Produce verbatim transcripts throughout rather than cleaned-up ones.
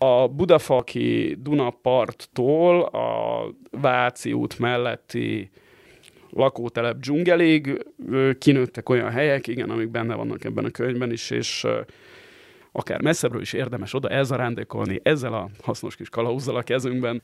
a Budafalki Dunaparttól a Váci út melletti lakótelep dzsungelig kinőttek olyan helyek, igen, amik benne vannak ebben a könyvben is, és akár messzebbről is érdemes oda elzarándékolni ezzel a hasznos kis kalauzzal a kezünkben.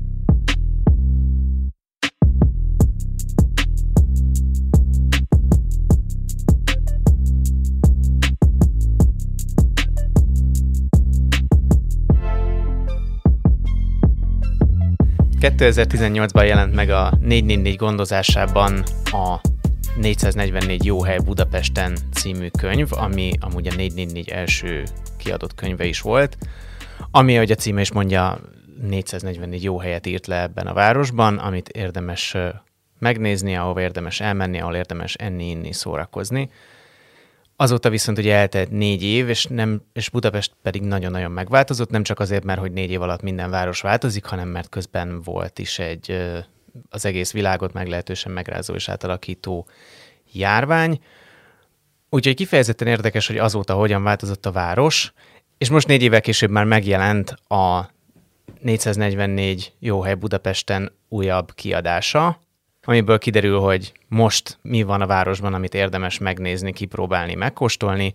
kétezer-tizennyolcban jelent meg a négy négy négy gondozásában a négyszáznegyvennégy Jó hely Budapesten című könyv, ami amúgy a négy négy négy első kiadott könyve is volt, ami, ahogy a címe is mondja, négyszáznegyvennégy jó helyet írt le ebben a városban, amit érdemes megnézni, ahova érdemes elmenni, ahol érdemes enni, inni, szórakozni. Azóta viszont ugye eltelt négy év, és, nem, és Budapest pedig nagyon-nagyon megváltozott, nem csak azért, mert hogy négy év alatt minden város változik, hanem mert közben volt is egy az egész világot meglehetősen megrázó és átalakító járvány. Úgyhogy kifejezetten érdekes, hogy azóta hogyan változott a város, és most négy évvel később már megjelent a négyszáznegyvennégy Jó hely Budapesten újabb kiadása, amiből kiderül, hogy most mi van a városban, amit érdemes megnézni, kipróbálni, megkóstolni.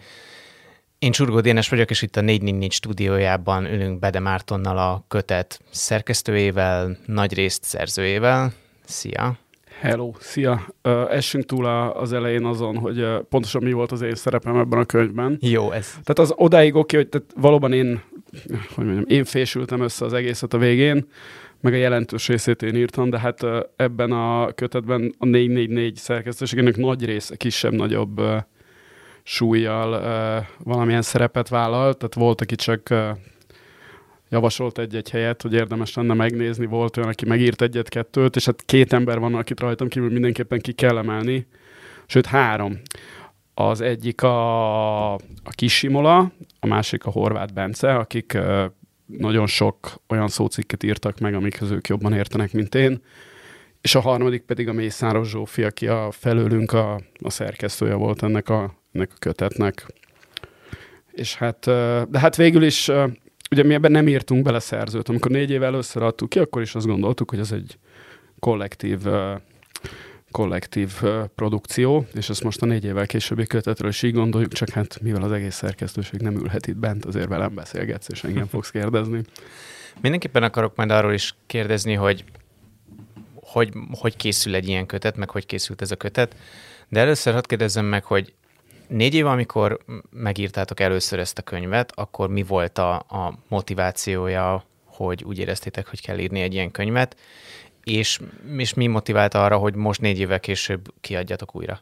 Én Csurgó Dénes vagyok, és itt a négy négy négy stúdiójában ülünk Bede Mártonnal, a kötet szerkesztőjével, nagyrészt szerzőjével. Szia! Hello, szia! Uh, essünk túl a, az elején azon, hogy uh, pontosan mi volt az én szerepem ebben a könyvben. Jó, ez. Tehát az odáig oké, hogy tehát valóban én, hogy mondjam, én fésültem össze az egészet a végén, meg a jelentős részét én írtam, de hát uh, ebben a kötetben a négy négy négy szerkesztőségének nagy része, kisebb-nagyobb uh, súlyjal uh, valamilyen szerepet vállalt, tehát volt, aki csak uh, javasolt egy-egy helyet, hogy érdemes lenne megnézni, volt olyan, aki megírt egyet-kettőt, és hát két ember van, akit rajtam kívül mindenképpen ki kell emelni, sőt három. Az egyik a, a Kis Simola, a másik a Horváth Bence, akik uh, nagyon sok olyan szócikket írtak meg, amikhez ők jobban értenek, mint én, és a harmadik pedig a Mészáros Zsófi, aki a felőlünk a, a szerkesztője volt ennek a, ennek a kötetnek. És hát, uh, de hát végül is uh, ugye mi ebben nem írtunk bele szerzőt. Amikor négy éve először adtuk ki, akkor is azt gondoltuk, hogy ez egy kollektív, uh, kollektív uh, produkció, és ezt most a négy évvel későbbi kötetről is így gondoljuk, csak hát mivel az egész szerkesztőség nem ülhet itt bent, azért velem beszélgetsz, és engem fogsz kérdezni. Mindenképpen akarok majd arról is kérdezni, hogy hogy, hogy készül egy ilyen kötet, meg hogy készült ez a kötet, de először hadd kérdezzem meg, hogy négy év, amikor megírtátok először ezt a könyvet, akkor mi volt a, a motivációja, hogy úgy éreztétek, hogy kell írni egy ilyen könyvet, és, és mi motiválta arra, hogy most négy évvel később kiadjatok újra?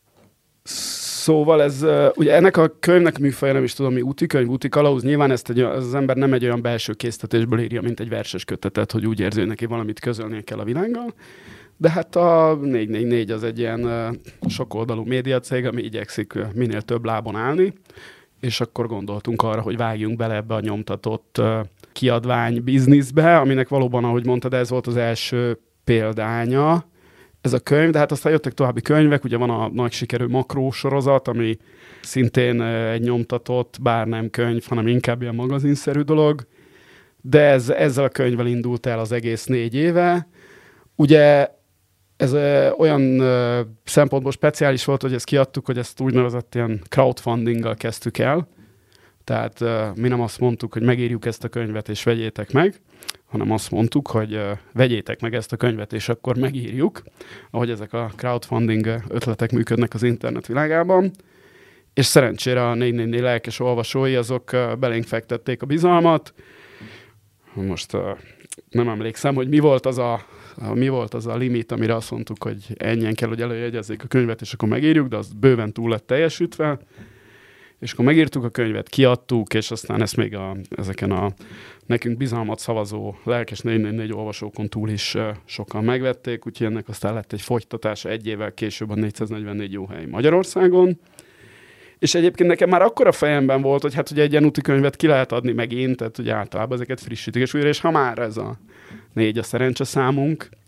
Szóval ez, uh, ugye ennek a könyvnek műfaja, nem is tudom mi, úti könyv, úti kalauz, nyilván ezt egy, az ember nem egy olyan belső késztetésből írja, mint egy verses kötetet, hogy úgy érzi, hogy neki valamit közölnie kell a világgal. De hát a négy négy négy az egy ilyen uh, sokoldalú médiacég, ami igyekszik uh, minél több lábon állni, és akkor gondoltunk arra, hogy vágjunk bele ebbe a nyomtatott uh, kiadvány bizniszbe, aminek valóban, ahogy mondtad, ez volt az első példánya, ez a könyv, de hát aztán jöttek további könyvek, ugye van a nagy sikerű Makró sorozat, ami szintén uh, egy nyomtatott, bár nem könyv, hanem inkább ilyen magazinszerű dolog, de ez, ezzel a könyvvel indult el az egész négy éve. Ugye ez ö, olyan ö, szempontból speciális volt, hogy ezt kiadtuk, hogy ezt úgynevezett ilyen crowdfundinggal kezdtük el. Tehát ö, mi nem azt mondtuk, hogy megírjuk ezt a könyvet és vegyétek meg, hanem azt mondtuk, hogy ö, vegyétek meg ezt a könyvet és akkor megírjuk, ahogy ezek a crowdfunding ötletek működnek az internet világában. És szerencsére a négy négy négy lelkes olvasói azok ö, belénk fektették a bizalmat. Most ö, nem emlékszem, hogy mi volt az a mi volt az a limit, amire azt mondtuk, hogy ennyien kell, hogy előjegyezzék a könyvet, és akkor megírjuk, de az bőven túl lett teljesítve. És akkor megírtuk a könyvet, kiadtuk, és aztán ezt még a, ezeken a nekünk bizalmat szavazó lelkes négy négy négy olvasókon túl is uh, sokan megvették, úgyhogy ennek aztán lett egy folytatása egy évvel később a négyszáznegyvennégy Jó hely Magyarországon. És egyébként nekem már akkora fejemben volt, hogy hát ugye egy ilyen úti könyvet ki lehet adni megint, tehát ugye általában ezeket frissítik, és újra, és ha már ez a négy a szerencse számunk,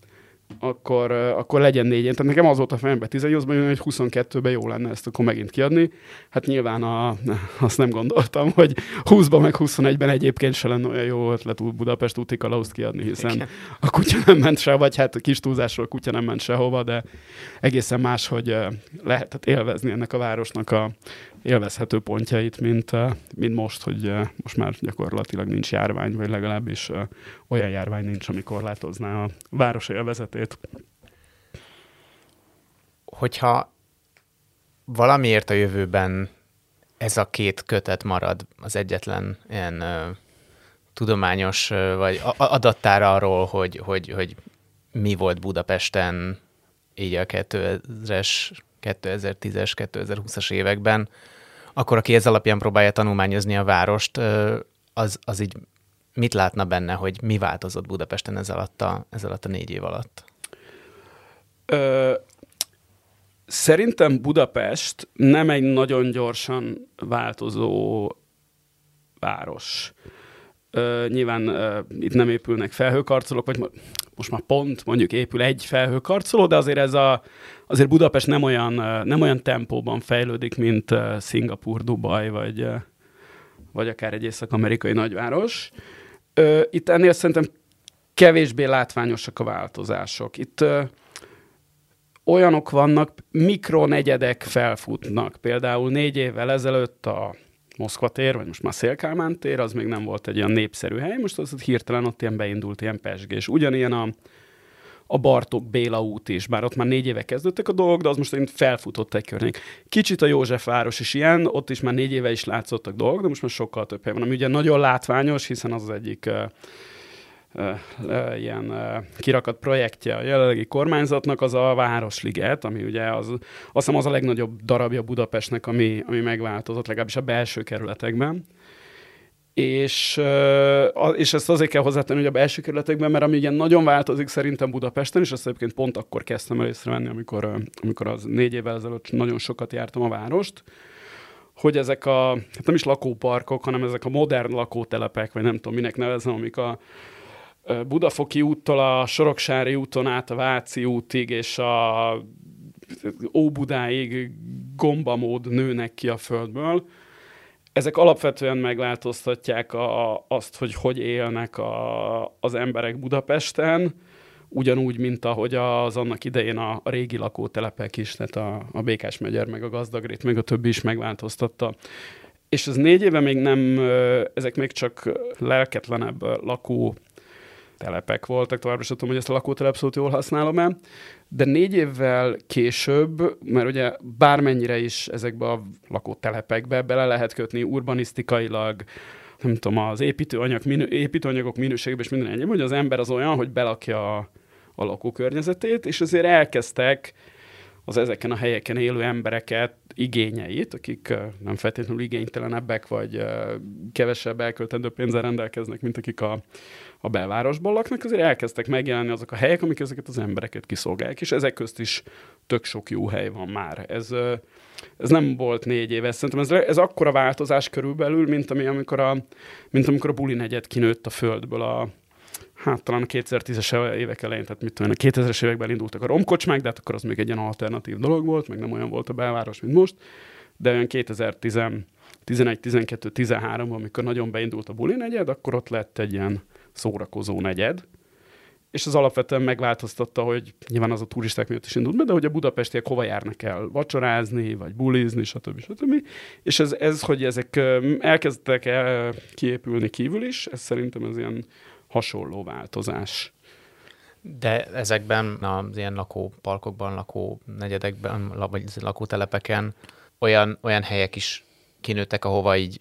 akkor, akkor legyen négyén. Tehát nekem az volt a fejemben tizennyolcban, hogy huszonkettőben jó lenne ezt akkor megint kiadni. Hát nyilván a, azt nem gondoltam, hogy húszban meg huszonegyben egyébként se lenne olyan jó ötlet Budapest úti kalauzt kiadni, hiszen igen. A kutya nem ment se, vagy hát a kis túlzásról a kutya nem ment sehova, de egészen más, hogy lehetett élvezni ennek a városnak a élvezhető pontjait, mint, mint most, hogy most már gyakorlatilag nincs járvány, vagy legalábbis olyan járvány nincs, ami korlátozná a város élvezetét. Hogyha valamiért a jövőben ez a két kötet marad az egyetlen ilyen uh, tudományos uh, vagy adattára arról, hogy, hogy, hogy mi volt Budapesten így a kétezres, kétezer-tízes, kétezer-húszas években, akkor aki ez alapján próbálja tanulmányozni a várost, az, az így mit látna benne, hogy mi változott Budapesten ez alatt a, ez alatt a négy év alatt? Ö, szerintem Budapest nem egy nagyon gyorsan változó város. Ö, nyilván ö, itt nem épülnek felhőkarcolók, vagy most már pont mondjuk épül egy felhőkarcoló, de azért ez a, azért Budapest nem olyan, nem olyan tempóban fejlődik, mint Szingapúr, Dubaj, vagy, vagy akár egy észak-amerikai nagyváros. Itt ennél szerintem kevésbé látványosak a változások. Itt olyanok vannak, mikronegyedek felfutnak. Például négy évvel ezelőtt a Moszkva tér, vagy most már Széll-Kálmán tér, az még nem volt egy olyan népszerű hely, most az hirtelen ott ilyen beindult, ilyen pezsgés. Ugyanilyen a, a Bartók Béla út is, bár ott már négy éve kezdődtek a dolgok, de az most felfutott egy környék. Kicsit a Józsefváros is ilyen, ott is már négy éve is látszottak dolgok, de most már sokkal több hely van, ami ugye nagyon látványos, hiszen az az egyik uh, uh, uh, ilyen uh, kirakat projektje a jelenlegi kormányzatnak, az a Városliget, ami ugye az, azt hiszem az a legnagyobb darabja Budapestnek, ami, ami megváltozott, legalábbis a belső kerületekben. És, és ezt azért kell hozzátenni, hogy a belső kerületekben, mert ami ugye nagyon változik szerintem Budapesten, és azt egyébként pont akkor kezdtem el észrevenni, amikor, amikor az négy évvel ezelőtt nagyon sokat jártam a várost, hogy ezek a, hát nem is lakóparkok, hanem ezek a modern lakótelepek, vagy nem tudom, minek nevezem, amik a Budafoki úttól a Soroksári úton át a Váci útig, és a Óbudáig gombamód nőnek ki a földből. Ezek alapvetően megváltoztatják a, azt, hogy hogy élnek a, az emberek Budapesten, ugyanúgy, mint ahogy az annak idején a, a régi lakótelepek is, tehát a, a Békás-megyer, meg a Gazdagrét, meg a többi is megváltoztatta. És ez négy éve még nem, ezek még csak lelketlenebb lakó telepek voltak, továbbra sem tudom, hogy ezt a lakótelep szót jól használom-e, de négy évvel később, mert ugye bármennyire is ezekbe a lakótelepekbe bele lehet kötni urbanisztikailag, nem tudom, az építőanyag, minő, építőanyagok minőségében és minden ennyi, hogy az ember az olyan, hogy belakja a, a lakókörnyezetét, és azért elkezdtek az ezeken a helyeken élő embereket igényeit, akik nem feltétlenül igénytelenebbek, vagy kevesebb elköltendő pénzzel rendelkeznek, mint akik a, a belvárosban laknak, azért elkezdtek megjelenni azok a helyek, amik ezeket az embereket kiszolgálják, és ezek közt is tök sok jó hely van már. Ez, ez nem volt négy éves, szerintem ez, ez akkora változás körülbelül, mint, ami, amikor, a, mint amikor a Buli negyed kinőtt a földből a hát talán a kétezer-tízes évek elején, tehát mit tudom én, a kétezres években indultak a romkocsmák, de hát akkor az még egy ilyen alternatív dolog volt, meg nem olyan volt a belváros, mint most, de olyan kétezer-tizenegy, tizenkettő, tizenhárom, amikor nagyon beindult a Buli negyed, akkor ott lett egy ilyen szórakozó negyed, és az alapvetően megváltoztatta, hogy nyilván az a turisták miatt is indult be, de hogy a budapestiek hova járnak el vacsorázni, vagy bulizni, stb. stb. És ez, ez, hogy ezek elkezdtek el kiépülni kívül is, ez szerintem ez ilyen hasonló változás. De ezekben az ilyen lakóparkokban, lakó negyedekben, vagy lakótelepeken olyan, olyan helyek is kinőttek, ahova így,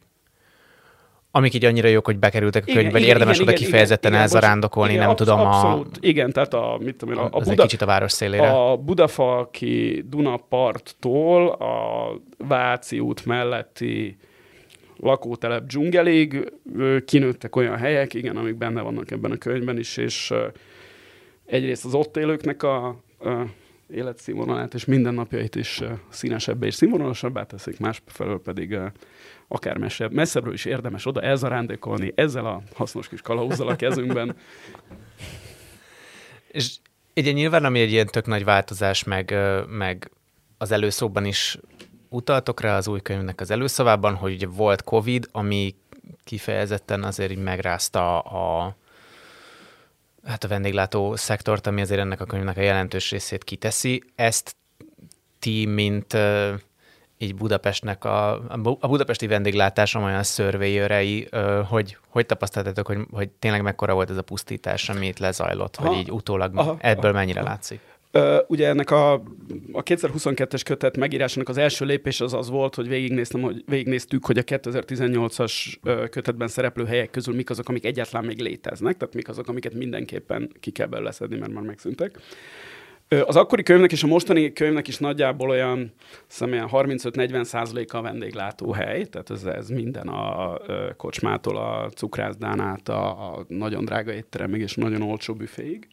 amik így annyira jók, hogy bekerültek a könyvben, igen, érdemes igen, oda igen, kifejezetten igen, elzarándokolni, igen, nem absz- tudom. Abszolút, a, igen, tehát a, mit tudom én, a, a, Buda, kicsit a város szélére. A Budafalki Dunaparttól a Váci út melletti lakótelep dzsungelig kinőttek olyan helyek, igen, amik benne vannak ebben a könyvben is, és egyrészt az ott élőknek a, a életszínvonalát és mindennapjait is színesebbé és színvonalasabbá teszik, másfelől pedig akár messzebb, messzebbről is érdemes oda elzarándokolni ezzel a hasznos kis kalauzzal a kezünkben. És Ugye nyilván, ami egy ilyen tök nagy változás, meg, meg az előszóban is utaltok rá az új könyvnek az előszavában, hogy ugye volt Covid, ami kifejezetten azért így megrázta a, hát a vendéglátó szektort, ami azért ennek a könyvnek a jelentős részét kiteszi. Ezt ti, mint uh, így Budapestnek a, a budapesti vendéglátásom olyan szörvéjörei, uh, hogy, hogy tapasztaltatok, hogy, hogy tényleg mekkora volt ez a pusztítás, amit lezajlott, aha, hogy így utólag aha, ebből mennyire aha. látszik? Uh, ugye ennek a, a kétezer-huszonkettes kötet megírásának az első lépés az az volt, hogy végignéztem, hogy végignéztük, hogy a kétezer-tizennyolcas uh, kötetben szereplő helyek közül mik azok, amik egyáltalán még léteznek, tehát mik azok, amiket mindenképpen ki kell belőle szedni, mert már megszűntek. Uh, az akkori könyvnek és a mostani könyvnek is nagyjából olyan, olyan harmincöt-negyven százaléka a vendéglátóhely, tehát ez, ez minden a, a kocsmától, a cukrászdán át, a, a nagyon drága étteremig és nagyon olcsó büféig.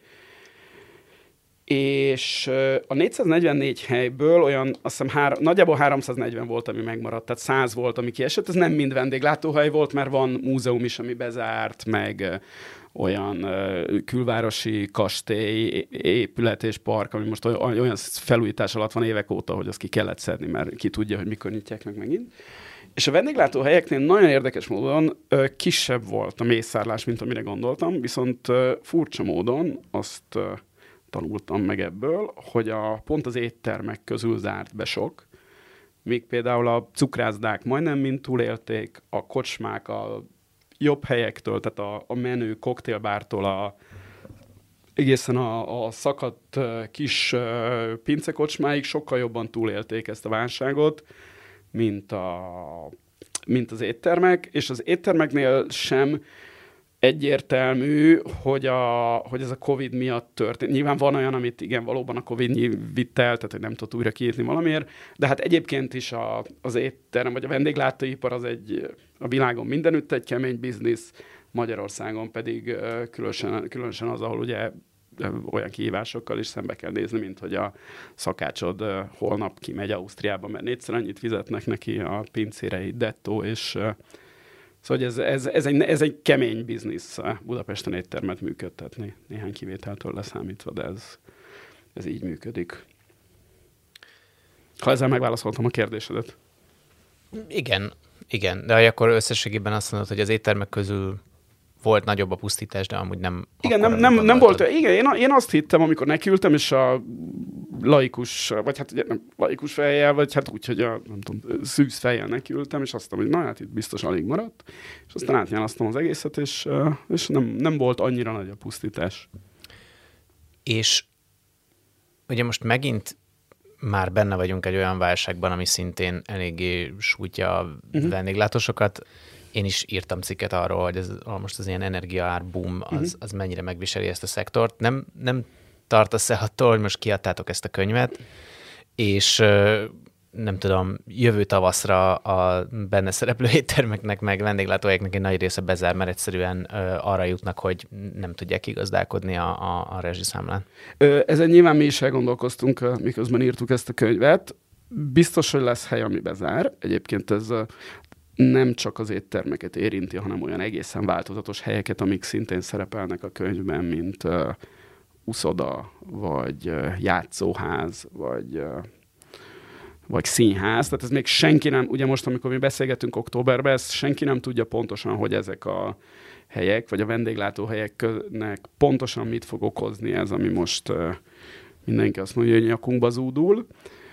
És a négyszáznegyvennégy helyből olyan, azt hiszem, három, nagyjából háromszáznegyven volt, ami megmaradt, tehát száz volt, ami kiesett. Ez nem mind vendéglátóhely volt, mert van múzeum is, ami bezárt, meg olyan külvárosi kastély, épület és park, ami most olyan felújítás alatt van évek óta, hogy azt ki kellett szedni, mert ki tudja, hogy mikor nyitják meg megint. És a vendéglátóhelyeknél nagyon érdekes módon ö, kisebb volt a mészárlás, mint amire gondoltam, viszont ö, furcsa módon azt ö, tanultam meg ebből, hogy a, pont az éttermek közül zárt be sok, míg például a cukrászdák majdnem mind túlélték, a kocsmák a jobb helyektől, tehát a, a menő koktélbártól a, egészen a, a szakadt uh, kis uh, pincekocsmáig sokkal jobban túlélték ezt a válságot, mint, a, mint az éttermek, és az éttermeknél sem egyértelmű, hogy, a, hogy ez a Covid miatt történt. Nyilván van olyan, amit igen, valóban a Covid vitt el, tehát hogy nem tudott újra kiírni valamiért, de hát egyébként is a, az étterem, vagy a vendéglátóipar az egy a világon mindenütt egy kemény biznisz, Magyarországon pedig különösen, különösen az, ahol ugye olyan kihívásokkal is szembe kell nézni, mint hogy a szakácsod holnap kimegy Ausztriába, mert négyszer annyit fizetnek neki a pincérei dettó, és szóval ez, ez, ez, egy, ez egy kemény biznisz Budapesten éttermet működtetni, néhány kivételtől leszámítva, de ez, ez így működik. Ha ezzel megválaszoltam a kérdésedet. Igen, igen, de akkor összességében azt mondod, hogy az éttermek közül volt nagyobb a pusztítás, de amúgy nem... Igen, nem, nem, nem volt. Igen, én, én azt hittem, amikor nekiültem, és a laikus, vagy hát ugye nem laikus fejjel, vagy hát úgy, hogy a nem tudom, szűz fejjel nekiültem, és azt mondtam, hogy na hát itt biztos alig maradt, és aztán átnyálasztom az egészet, és, és nem, nem volt annyira nagy a pusztítás. És ugye most megint már benne vagyunk egy olyan válságban, ami szintén eléggé sújtja a uh-huh. vendéglátósokat. Én is írtam cikket arról, hogy ez, most az ilyen energiaár boom, az, uh-huh. az mennyire megviseli ezt a szektort. Nem, nem tartasz-e attól, hogy most kiadtátok ezt a könyvet, és nem tudom, jövő tavaszra a benne szereplő éttermeknek, meg vendéglátóhelyeknek egy nagy része bezár, mert egyszerűen arra jutnak, hogy nem tudják kigazdálkodni a, a, a rezsiszámlán. Ezen nyilván mi is elgondolkoztunk, miközben írtuk ezt a könyvet. Biztos, hogy lesz hely, ami bezár. Egyébként ez nem csak az éttermeket érinti, hanem olyan egészen változatos helyeket, amik szintén szerepelnek a könyvben, mint uh, uszoda, vagy uh, játszóház, vagy, uh, vagy színház. Tehát ez még senki nem, ugye most, amikor mi beszélgetünk októberben, ezt senki nem tudja pontosan, hogy ezek a helyek, vagy a vendéglátóhelyeknek pontosan mit fog okozni ez, ami most uh, mindenki azt mondja, hogy nyakunkba zúdul.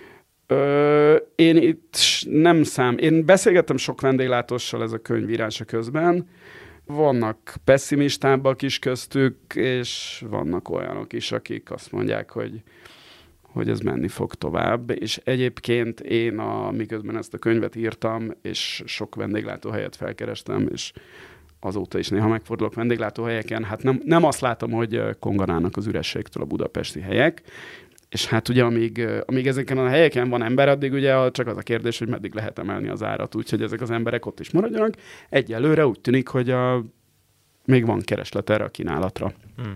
Ö, én itt nem szám... Én beszélgettem sok vendéglátóssal ez a könyvírása közben. Vannak pessimistábbak is köztük, és vannak olyanok is, akik azt mondják, hogy, hogy ez menni fog tovább. És egyébként én, a, miközben ezt a könyvet írtam, és sok vendéglátóhelyet felkerestem, és azóta is néha megfordulok vendéglátóhelyeken, hát nem, nem azt látom, hogy konganának az ürességtől a budapesti helyek. És hát ugye, amíg, amíg ezeken a helyeken van ember, addig ugye csak az a kérdés, hogy meddig lehet emelni az árat, úgyhogy ezek az emberek ott is maradjanak. Egyelőre úgy tűnik, hogy a, még van kereslet erre a kínálatra. Hmm.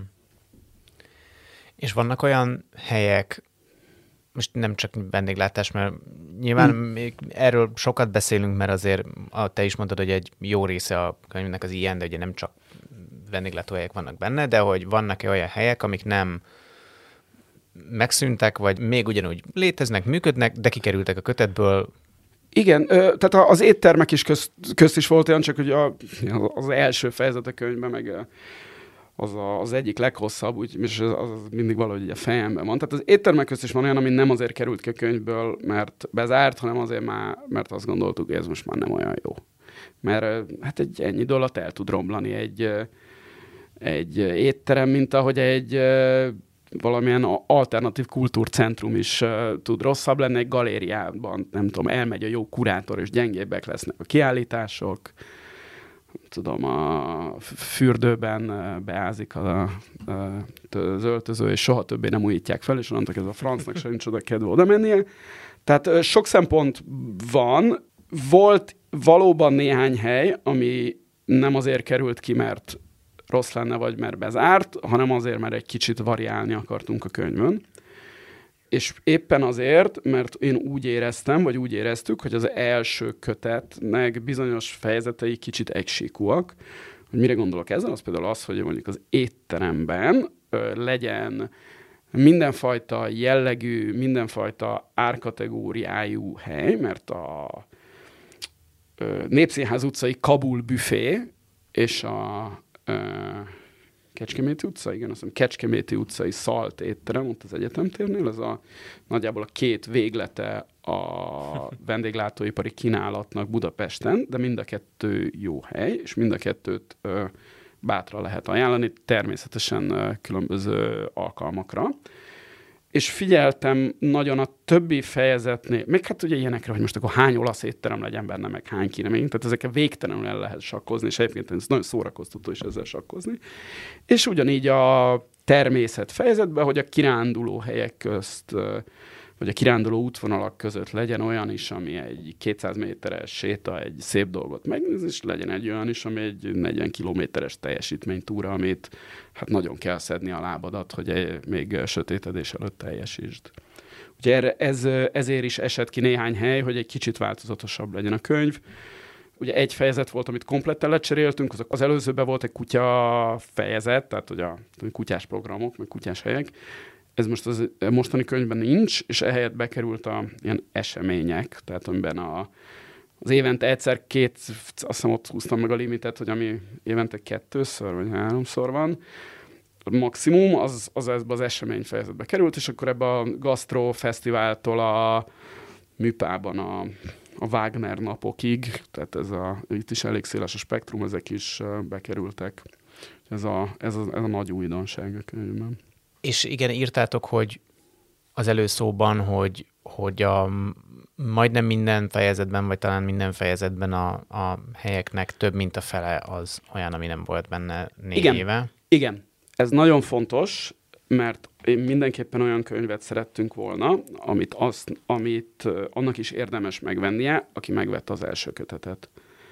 És vannak olyan helyek, most nem csak vendéglátás, mert nyilván hmm. még erről sokat beszélünk, mert azért a, te is mondtad, hogy egy jó része a könyvnek az ilyen, de ugye nem csak vendéglátóhelyek vannak benne, de hogy vannak-e olyan helyek, amik nem megszűntek, vagy még ugyanúgy léteznek, működnek, de kikerültek a kötetből. Igen, tehát az éttermek is közt, közt is volt olyan, csak hogy a, az első fejezet a könyvben, meg az a, az egyik leghosszabb, úgy, és az, az mindig valahogy a fejemben van. Tehát az éttermek közt is van olyan, ami nem azért került ki a könyvből, mert bezárt, hanem azért már, mert azt gondoltuk, hogy ez most már nem olyan jó. Mert hát egy ennyi idő alatt el tud romlani egy, egy étterem, mint ahogy egy valamilyen alternatív kultúrcentrum is uh, tud rosszabb lenni, egy galériában, nem tudom, elmegy a jó kurátor, és gyengébbek lesznek a kiállítások, tudom, a fürdőben uh, beázik a, a, az öltöző, és soha többé nem újítják fel, és onnantól ez a francnak sem nincs oda kedve oda mennie. Tehát uh, sok szempont van, volt valóban néhány hely, ami nem azért került ki, mert rossz lenne, vagy mert bezárt, hanem azért, mert egy kicsit variálni akartunk a könyvön. És éppen azért, mert én úgy éreztem, vagy úgy éreztük, hogy az első kötetnek bizonyos fejezetei kicsit egysíkúak. Hogy mire gondolok ezzel? Az például az, hogy mondjuk az étteremben ö, legyen mindenfajta jellegű, mindenfajta árkategóriájú hely, mert a ö, Népszínház utcai Kabul büfé és a Uh, Kecskeméti utca, igen, azt hiszem Kecskeméti utcai Szalt étterem, ott az egyetemtérnél, ez a nagyjából a két véglete a vendéglátóipari kínálatnak Budapesten, de mind a kettő jó hely, és mind a kettőt uh, bátran lehet ajánlani, természetesen uh, különböző alkalmakra. És figyeltem nagyon a többi fejezetnél, még hát ugye ilyenekre, hogy most akkor hány olasz étterem legyen benne, meg hány kínemény, tehát ezekkel végtelenül el lehet sakkozni, és egyébként ez nagyon szórakoztató is ezzel sakkozni. És ugyanígy a természet fejezetben, hogy a kiránduló helyek közt, vagy a kiránduló útvonalak között legyen olyan is, ami egy kétszáz méteres séta, egy szép dolgot megnézni, és legyen egy olyan is, ami egy negyven kilométeres teljesítménytúra, amit hát nagyon kell szedni a lábadat, hogy még sötétedés előtt teljesítsd. Ugye erre, ez, ezért is esett ki néhány hely, hogy egy kicsit változatosabb legyen a könyv. Ugye egy fejezet volt, amit kompletten lecseréltünk, az, az előzőben volt egy kutya fejezet, tehát hogy a kutyás programok, meg kutyás helyek. Ez most az mostani könyvben nincs, és ehelyett bekerült a ilyen események, tehát amiben a, az évente egyszer-két, azt hiszem ott húztam meg a limitet, hogy ami évente kettőször vagy háromszor van, maximum, az, az ebbe az esemény fejezetbe került, és akkor ebbe a Gastro Fesztiváltól a Műpában a, a Wagner napokig, tehát ez a, itt is elég széles a spektrum, ezek is bekerültek. Ez a, ez a, ez a nagy újdonság a könyvben. És igen, írtátok, hogy az előszóban, hogy, hogy a, majdnem minden fejezetben, vagy talán minden fejezetben a, a helyeknek több, mint a fele az olyan, ami nem volt benne négy igen, éve. Igen, ez nagyon fontos, mert én mindenképpen olyan könyvet szerettünk volna, amit, azt, amit annak is érdemes megvennie, aki megvette az első kötetet.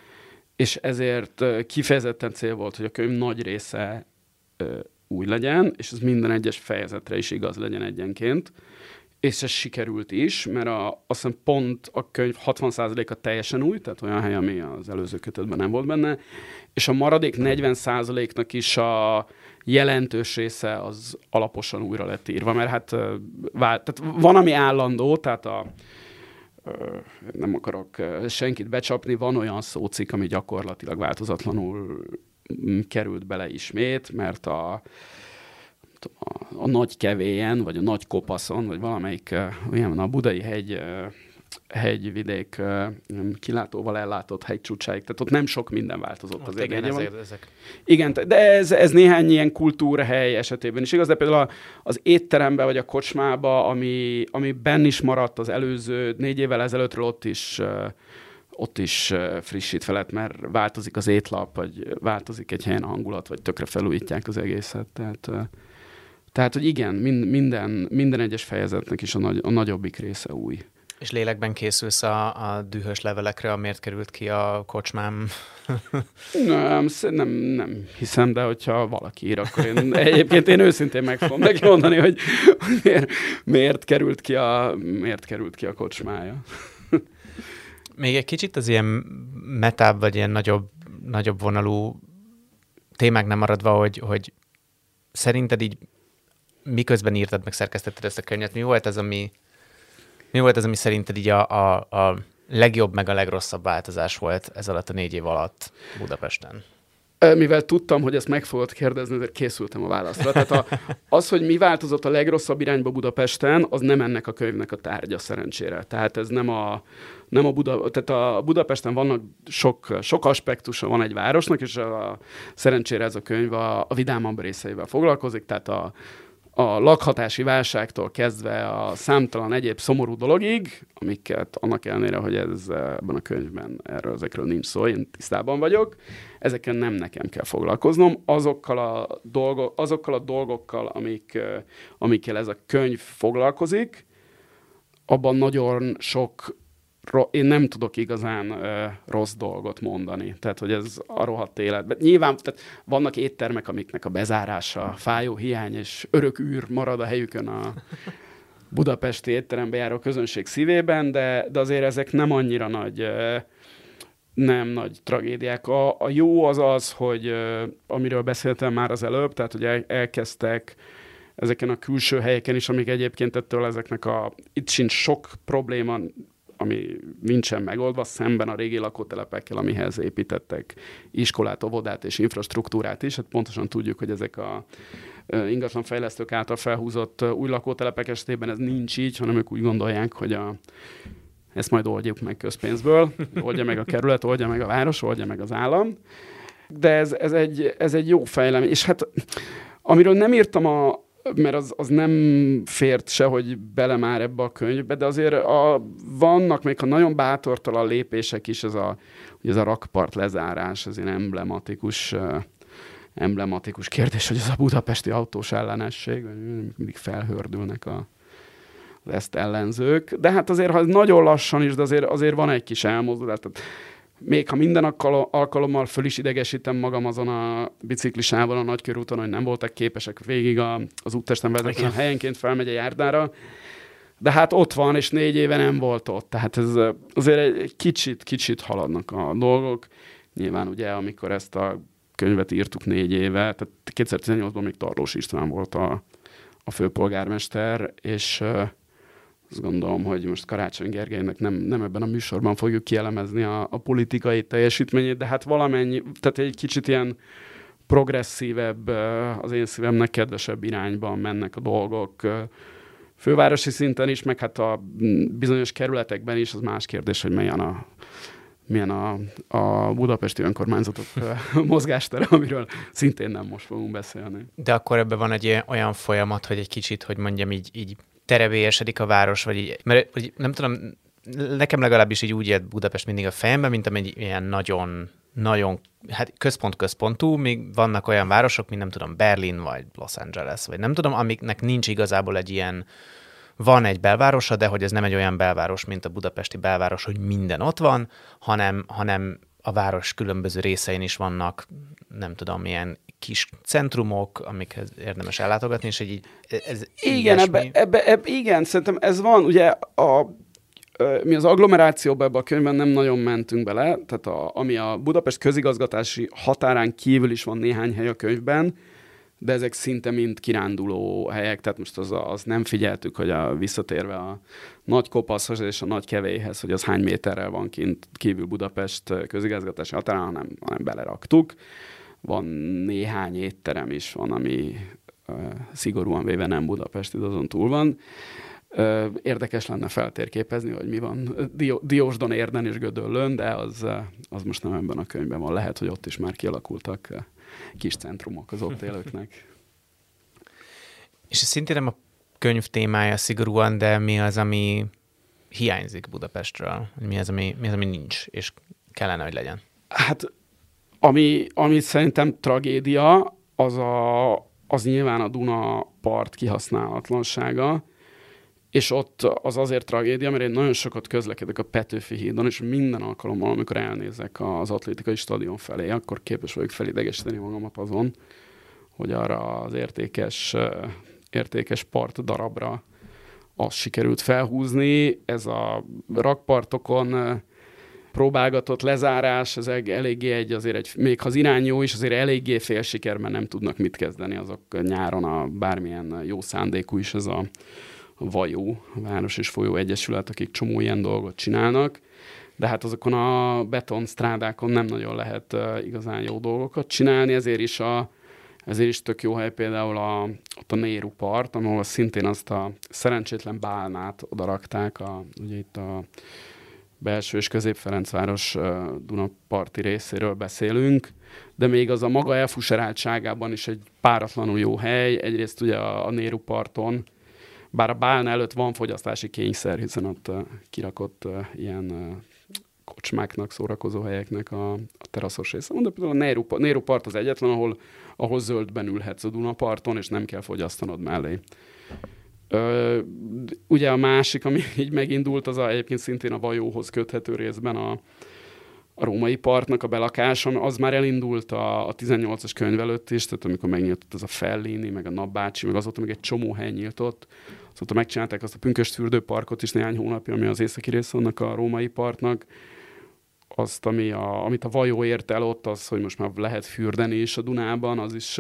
És ezért kifejezetten cél volt, hogy a könyv nagy része új legyen, és ez minden egyes fejezetre is igaz legyen egyenként. És ez sikerült is, mert a, azt hiszem pont a könyv hatvan százaléka teljesen új, tehát olyan hely, ami az előző kötetben nem volt benne, és a maradék negyven százaléknak is a jelentős része az alaposan újra lett írva, mert hát vál, tehát van, ami állandó, tehát a, nem akarok senkit becsapni, van olyan szócikk, ami gyakorlatilag változatlanul került bele ismét, mert a, a, a nagy kevélyen, vagy a nagy kopaszon, vagy valamelyik olyan, a budai hegy, hegyvidék kilátóval ellátott hegycsúcsáig, tehát ott nem sok minden változott. Ott azért. Igen, ezért ezek. Igen, de ez, ez néhány ilyen kultúrhely esetében is igaz, de például az étterembe, vagy a kocsmába, ami, ami benn is maradt az előző négy évvel ezelőttről, ott is ott is frissít felett, mert változik az étlap, vagy változik egy helyen a hangulat, vagy tökre felújítják az egészet. Tehát, tehát hogy igen, minden, minden egyes fejezetnek is a, nagy, a nagyobbik része új. És lélekben készülsz a, a dühös levelekre, amiért került ki a kocsmám? nem, nem, nem hiszem, de hogyha valaki ír, akkor én egyébként én őszintén meg fogom neki mondani, hogy miért, miért, került ki a, miért került ki a kocsmája. Még egy kicsit az ilyen metább, vagy ilyen nagyobb, nagyobb vonalú témák nem maradva, hogy, hogy szerinted így miközben írtad, meg szerkesztetted ezt a könyvet, mi volt az, ami, mi volt az, ami szerinted így a, a, a legjobb, meg a legrosszabb változás volt ez alatt a négy év alatt Budapesten? Mivel tudtam, hogy ezt meg fogod kérdezni, ezért készültem a válaszra. Tehát a, az, hogy mi változott a legrosszabb irányba Budapesten, az nem ennek a könyvnek a tárgya szerencsére. Tehát ez nem a, nem a, Buda, tehát a Budapesten vannak sok, sok aspektusa van egy városnak, és a, szerencsére ez a könyv a, a vidámabb részeivel foglalkozik, tehát a, a lakhatási válságtól kezdve a számtalan egyéb szomorú dologig, amiket annak ellenére, hogy ez ebben a könyvben erről, ezekről nincs szó, én tisztában vagyok, ezeken nem nekem kell foglalkoznom, azokkal a, dolgo, azokkal a dolgokkal, amik, amikkel ez a könyv foglalkozik, abban nagyon sok, én nem tudok igazán uh, rossz dolgot mondani. Tehát, hogy ez a rohadt életben. Nyilván tehát vannak éttermek, amiknek a bezárása, fájó hiány és örök űr marad a helyükön a budapesti étterembe járó közönség szívében, de, de azért ezek nem annyira nagy, uh, nem nagy tragédiák. A, a jó az az, hogy uh, amiről beszéltem már az előbb, tehát, hogy el, elkezdtek ezeken a külső helyeken is, amik egyébként ettől ezeknek a... Itt sincs sok probléma, ami nincsen megoldva, szemben a régi lakótelepekkel, amihez építettek iskolát, óvodát és infrastruktúrát is. Hát pontosan tudjuk, hogy ezek a ingatlanfejlesztők által felhúzott új lakótelepek esetében ez nincs így, hanem ők úgy gondolják, hogy a, ezt majd oldjuk meg közpénzből, oldja meg a kerület, oldja meg a város, oldja meg az állam. De ez, ez, egy, ez egy jó fejlemény. És hát amiről nem írtam a mert az, az nem fért sehogy bele már ebbe a könyvbe, de azért a, vannak még a nagyon bátortalan lépések is, ez a, ez a rakpart lezárás, ez ilyen emblematikus, uh, emblematikus kérdés, hogy ez a budapesti autós ellenesség, mindig felhördülnek a, az ezt ellenzők. De hát azért, ha ez nagyon lassan is, de azért, azért van egy kis elmozdulás. Még ha minden alkalommal föl is idegesítem magam azon a biciklisával a Nagykörúton, hogy nem voltak képesek végig a, az úttesten vezetni, helyenként felmegy a járdára, de hát ott van, és négy éve nem volt ott. Tehát ez azért egy kicsit, kicsit haladnak a dolgok. Nyilván ugye, amikor ezt a könyvet írtuk négy éve, tehát kétezer-tizennyolcban még Tarlós István volt a, a főpolgármester, és azt gondolom, hogy most Karácsony Gergelynek nem, nem ebben a műsorban fogjuk kielemezni a, a politikai teljesítményét, de hát valamennyi, tehát egy kicsit ilyen progresszívebb, az én szívemnek kedvesebb irányban mennek a dolgok. Fővárosi szinten is, meg hát a bizonyos kerületekben is, az más kérdés, hogy milyen a, milyen a, a budapesti önkormányzatok mozgástere, amiről szintén nem most fogunk beszélni. De akkor ebben van egy olyan folyamat, hogy egy kicsit, hogy mondjam így, így terebélyesedik a város, vagy így, mert hogy nem tudom, nekem legalábbis így úgy élt Budapest mindig a fejemben, mint egy ilyen nagyon, nagyon, hát központ-központú, még vannak olyan városok, mint nem tudom, Berlin, vagy Los Angeles, vagy nem tudom, amiknek nincs igazából egy ilyen, van egy belvárosa, de hogy ez nem egy olyan belváros, mint a budapesti belváros, hogy minden ott van, hanem, hanem a város különböző részein is vannak, nem tudom, milyen kis centrumok, amikhez érdemes ellátogatni, és így ez igen, ebbe, ebbe, ebbe, igen, szerintem ez van, ugye a, mi az agglomerációban ebben a könyvben nem nagyon mentünk bele, tehát a, ami a Budapest közigazgatási határán kívül is van néhány hely a könyvben, de ezek szinte mind kiránduló helyek, tehát most az, az nem figyeltük, hogy a, visszatérve a nagy kopaszhoz és a nagy kevélyhez, hogy az hány méterrel van kint kívül Budapest közigazgatási határán, hanem, hanem beleraktuk. Van néhány étterem is van, ami uh, szigorúan véve nem Budapesti, de azon túl van. Uh, érdekes lenne feltérképezni, hogy mi van Dió- Diósdon, Érden és Gödöllőn, de az, uh, az most nem ebben a könyvben van. Lehet, hogy ott is már kialakultak uh, kis centrumok az ott élőknek. És ez szintén nem a könyv témája szigorúan, de mi az, ami hiányzik Budapestről? Mi az, ami, mi az, ami nincs, és kellene, hogy legyen? Hát, ami, ami szerintem tragédia, az, a, az nyilván a Duna part kihasználatlansága, és ott az azért tragédia, mert én nagyon sokat közlekedek a Petőfi hídon, és minden alkalommal, amikor elnézek az atlétikai stadion felé, akkor képes vagyok felidegesíteni magamat azon, hogy arra az értékes, értékes part darabra azt sikerült felhúzni. Ez a rakpartokon próbálgatott lezárás, ez eléggé egy, azért egy, még ha az irány jó is, azért eléggé fél siker, mert nem tudnak mit kezdeni azok nyáron a bármilyen jó szándékú is ez a, a Vajó, a Város és Folyó Egyesület, akik csomó ilyen dolgot csinálnak, de hát azokon a betonstrádákon nem nagyon lehet uh, igazán jó dolgokat csinálni, ezért is, a, ezért is tök jó hely például a, ott a Néru part, ahol szintén azt a szerencsétlen bálnát odarakták, a, ugye itt a Belső- és Közép-Ferencváros uh, Dunaparti részéről beszélünk, de még az a maga elfuseráltságában is egy páratlanul jó hely. Egyrészt ugye a, a Néru parton, bár a bálna előtt van fogyasztási kényszer, hiszen ott uh, kirakott uh, ilyen uh, kocsmáknak, szórakozó helyeknek a, a teraszos része. De például a Néru, Néru part az egyetlen, ahol, ahol zöldben ülhetsz a Dunaparton, és nem kell fogyasztanod mellé. Ö, ugye a másik, ami így megindult, az a, egyébként szintén a Vajóhoz köthető részben a, a Római partnak a belakása, az már elindult a, a tizennyolcas könyv előtt is, tehát amikor megnyitott ez a Fellini, meg a Napbácsi, meg azóta még egy csomó hely nyíltott, azóta megcsinálták azt a Pünkösdfürdőparkot is néhány hónapja, ami az északi része annak a Római partnak. Azt, ami a, amit a Vajó ért el ott, az, hogy most már lehet fürdeni is a Dunában, az is,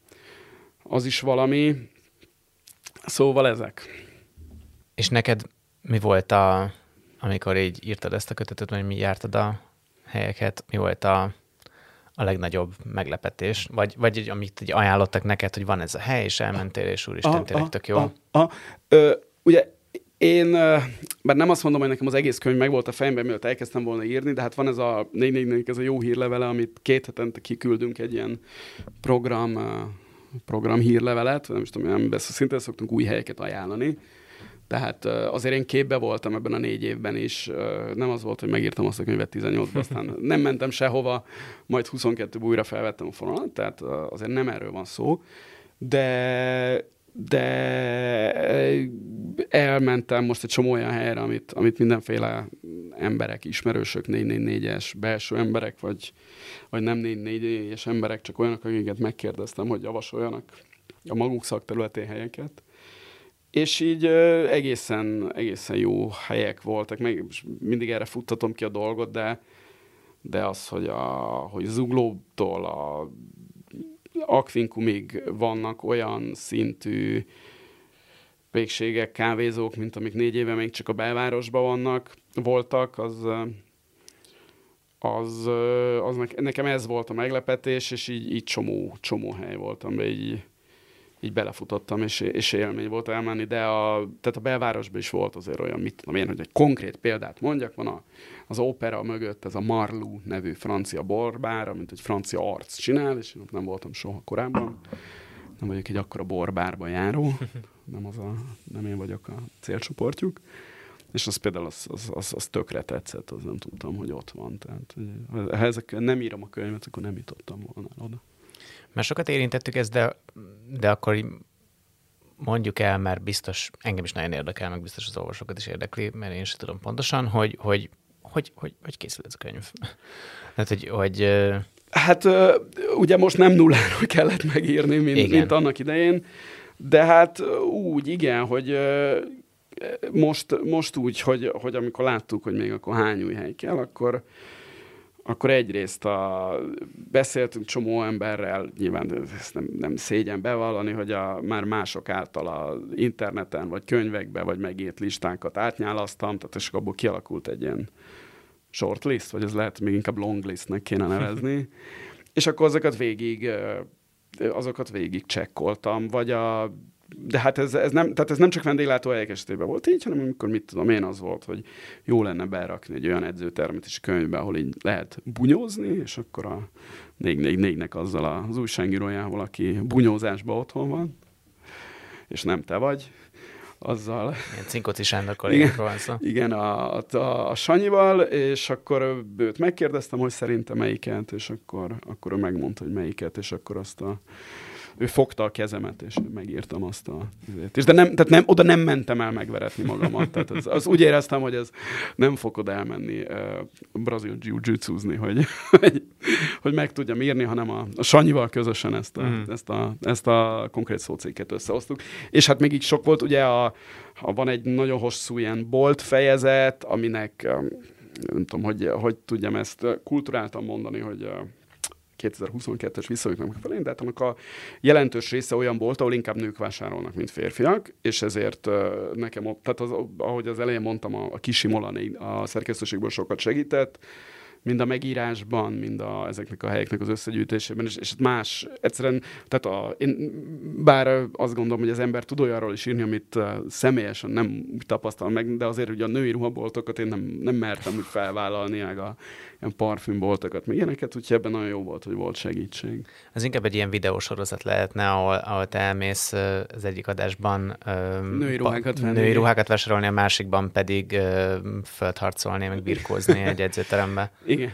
az is valami. Szóval ezek. És neked mi volt a, amikor így írtad ezt a kötetet, vagy mi jártad a helyeket, mi volt a, a legnagyobb meglepetés? Vagy, vagy amit így ajánlottak neked, hogy van ez a hely, és elmentél, és úristen, tényleg tök jó. A, a, ö, ugye én, bár nem azt mondom, hogy nekem az egész könyv meg volt a fejemben, mielőtt elkezdtem volna írni, de hát van ez a négy négy négy, ez a jó hírlevele, amit két hetente kiküldünk egy ilyen program, program hírlevelet, nem is tudom, nem beszél, szintén szoktunk új helyeket ajánlani. Tehát azért én képbe voltam ebben a négy évben is. Nem az volt, hogy megírtam azt a könyvet tizennyolcban, aztán nem mentem sehova, majd huszonkettőben újra felvettem a fonalat, tehát azért nem erről van szó. De, de elmentem most egy csomó olyan helyre, amit, amit mindenféle emberek, ismerősök, négy négy négyes belső emberek, vagy, vagy nem négy négy négyes emberek, csak olyanok, akiket megkérdeztem, hogy javasoljanak a maguk szakterületén helyeket. És így ö, egészen, egészen jó helyek voltak, meg mindig erre futtatom ki a dolgot, de, de az, hogy, a, hogy Zuglótól a Aquincumig vannak olyan szintű végségek, kávézók, mint amik négy éve még csak a belvárosban vannak, voltak, az, az, az nekem ez volt a meglepetés, és így, így csomó, csomó hely volt, amiben így, így belefutottam, és, és élmény volt elmenni, de a, tehát a belvárosban is volt azért olyan, mit tudom én, hogy egy konkrét példát mondjak, van a, az ópera mögött ez a Marlou nevű francia borbár, amit egy francia arc csinál, és én ott nem voltam soha korábban, nem vagyok egy akkora borbárba járó, nem, az a, nem én vagyok a célcsoportjuk, és az például az, az, az, az tökre tetszett, az nem tudtam, hogy ott van, tehát ha ezek nem írom a könyvet, akkor nem jutottam volna oda. Mert sokat érintettük ezt, de, de akkor mondjuk el, mert biztos, engem is nagyon érdekel, meg biztos az olvasókat is érdekli, mert én sem tudom pontosan, hogy hogy, hogy, hogy, hogy készül ez a könyv. Tehát, hogy, hogy... Hát ugye most nem nulláról kellett megírni, mint, mint annak idején, de hát úgy, igen, hogy most, most úgy, hogy, hogy amikor láttuk, hogy még akkor hány új hely kell, akkor akkor egyrészt a, beszéltünk csomó emberrel, nyilván ezt nem, nem szégyen bevallani, hogy a, már mások által az interneten, vagy könyvekbe, vagy megírt listákat átnyálasztam, tehát és abból kialakult egy ilyen shortlist, vagy ez lehet még inkább longlistnek kéne nevezni, és akkor azokat végig, azokat végig csekkoltam, vagy a de hát ez, ez, nem, tehát ez nem csak vendéglátóhelyek esetében volt így, hanem amikor mit tudom én, az volt, hogy jó lenne berakni egy olyan edzőtermet is könyvbe, ahol így lehet bunyózni, és akkor a négy négy négynek azzal az újságírójával, aki bunyózásban otthon van, és nem te vagy, azzal... Ilyen Cinkoci Sándor kollégákról van szó. Igen, a, a, a Sanyival, és akkor őt megkérdeztem, hogy szerintem melyiket, és akkor, akkor ő megmondta, hogy melyiket, és akkor azt a ő fogta a kezemet, és megírtam azt a... És de nem, tehát nem, oda nem mentem el megveretni magamat. Tehát az, az úgy éreztem, hogy ez nem fog oda elmenni uh, brazil jiu-jitsuzni, hogy, hogy, hogy meg tudjam írni, hanem a, a Sanyival közösen ezt a, mm. ezt, a, ezt a konkrét szócikket összehoztuk. És hát még így sok volt, ugye a, a, van egy nagyon hosszú ilyen bolt fejezet, aminek... Um, nem tudom, hogy, hogy tudjam ezt kulturáltan mondani, hogy kétezer-huszonkettes visszajöttnek megfelelően, de hát annak a jelentős része olyan volt, ahol inkább nők vásárolnak, mint férfiak, és ezért nekem, tehát az, ahogy az elején mondtam, a, a Kisi Molani a szerkesztőségből sokat segített, mind a megírásban, mind a, ezeknek a helyeknek az összegyűjtésében, és, és más, egyszerűen, tehát a, én bár azt gondolom, hogy az ember tud olyanról is írni, amit uh, személyesen nem tapasztal meg, de azért ugye a női ruhaboltokat én nem, nem mertem úgy felvállalni, meg a ilyen parfümboltokat, meg ilyeneket, úgyhogy ebben nagyon jó volt, hogy volt segítség. Az inkább egy ilyen videósorozat lehetne, ahol, ahol te elmész az egyik adásban női ruhákat, ba, női ruhákat vásárolni, a másikban pedig uh, földharcolni, meg birkózni egy edzőterembe. Igen.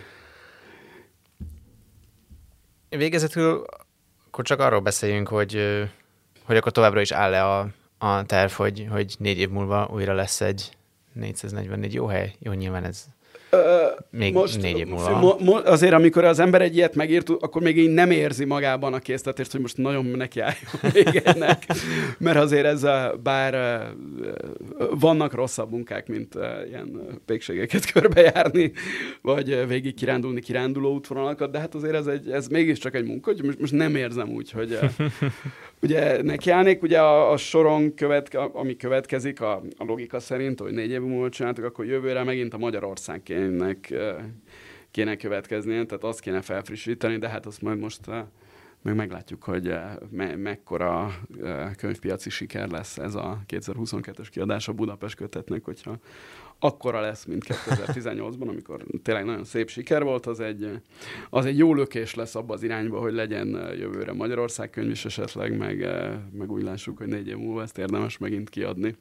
Végezetül akkor csak arról beszéljünk, hogy, hogy akkor továbbra is áll-e a, a terv, hogy, hogy négy év múlva újra lesz egy négyszáznegyvennégy jó hely? Jó, nyilván ez Ö, még most, négy év múlva. Mo, mo, azért, amikor az ember egy ilyet megírt, akkor még így nem érzi magában a késztetést, hogy most nagyon nekiálljon még ennek. Mert azért ez a, bár vannak rosszabb munkák, mint ilyen pékségeket körbejárni, vagy végig kirándulni kiránduló útvonalakat, de hát azért ez, egy, ez mégiscsak egy munka, hogy most, most nem érzem úgy, hogy ugye nekiállnék, ugye a, a soron, követ, ami következik, a, a logika szerint, hogy négy év múlva csináltuk, akkor jövőre megint a Magyarország kének, kéne következni, tehát azt kéne felfrissíteni, de hát azt majd most meg meglátjuk, hogy me, mekkora könyvpiaci siker lesz ez a kétezer-huszonkettes kiadás a Budapest kötetnek, hogyha akkora lesz, mint kétezer-tizennyolcban, amikor tényleg nagyon szép siker volt, az egy, az egy jó lökés lesz abba az irányba, hogy legyen jövőre Magyarország könyv is esetleg, meg, meg úgy lássuk, hogy négy év múlva ezt érdemes megint kiadni.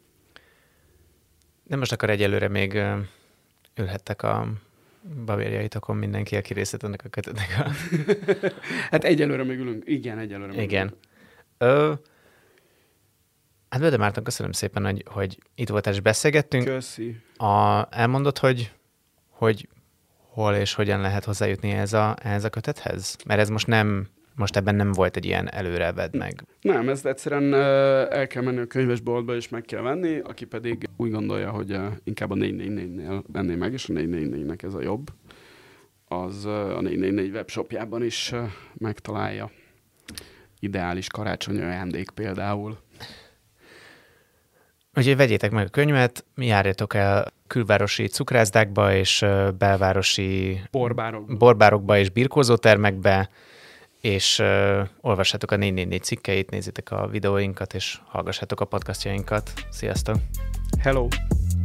De most akkor egyelőre még ülhettek a babérjaitokon mindenki, aki részt ennek a kötetnek. A... hát egyelőre még ülünk. Igen, egyelőre még Igen. Ö, hát Böde Márton, köszönöm szépen, hogy, hogy itt voltál és beszélgettünk. Köszi. A, elmondod, hogy, hogy hol és hogyan lehet hozzájutni ehhez a, ehhez a kötethez? Mert ez most nem, most ebben nem volt egy ilyen előre vedd meg. Nem, ezt egyszerűen el kell menni a könyvesboltba, és meg kell venni, aki pedig úgy gondolja, hogy inkább a négy négy négynél venné meg, és a négy négy négynek ez a jobb, az a négy négy négy webshopjában is megtalálja. Ideális karácsonyi ajándék például. Úgyhogy vegyétek meg a könyvet, járjatok el külvárosi cukrászdákba és belvárosi borbárokba, borbárokba és birkózótermekbe, és uh, olvassátok a négy négy négy cikkeit, nézzétek a videóinkat, és hallgassátok a podcastjainkat. Sziasztok! Hello!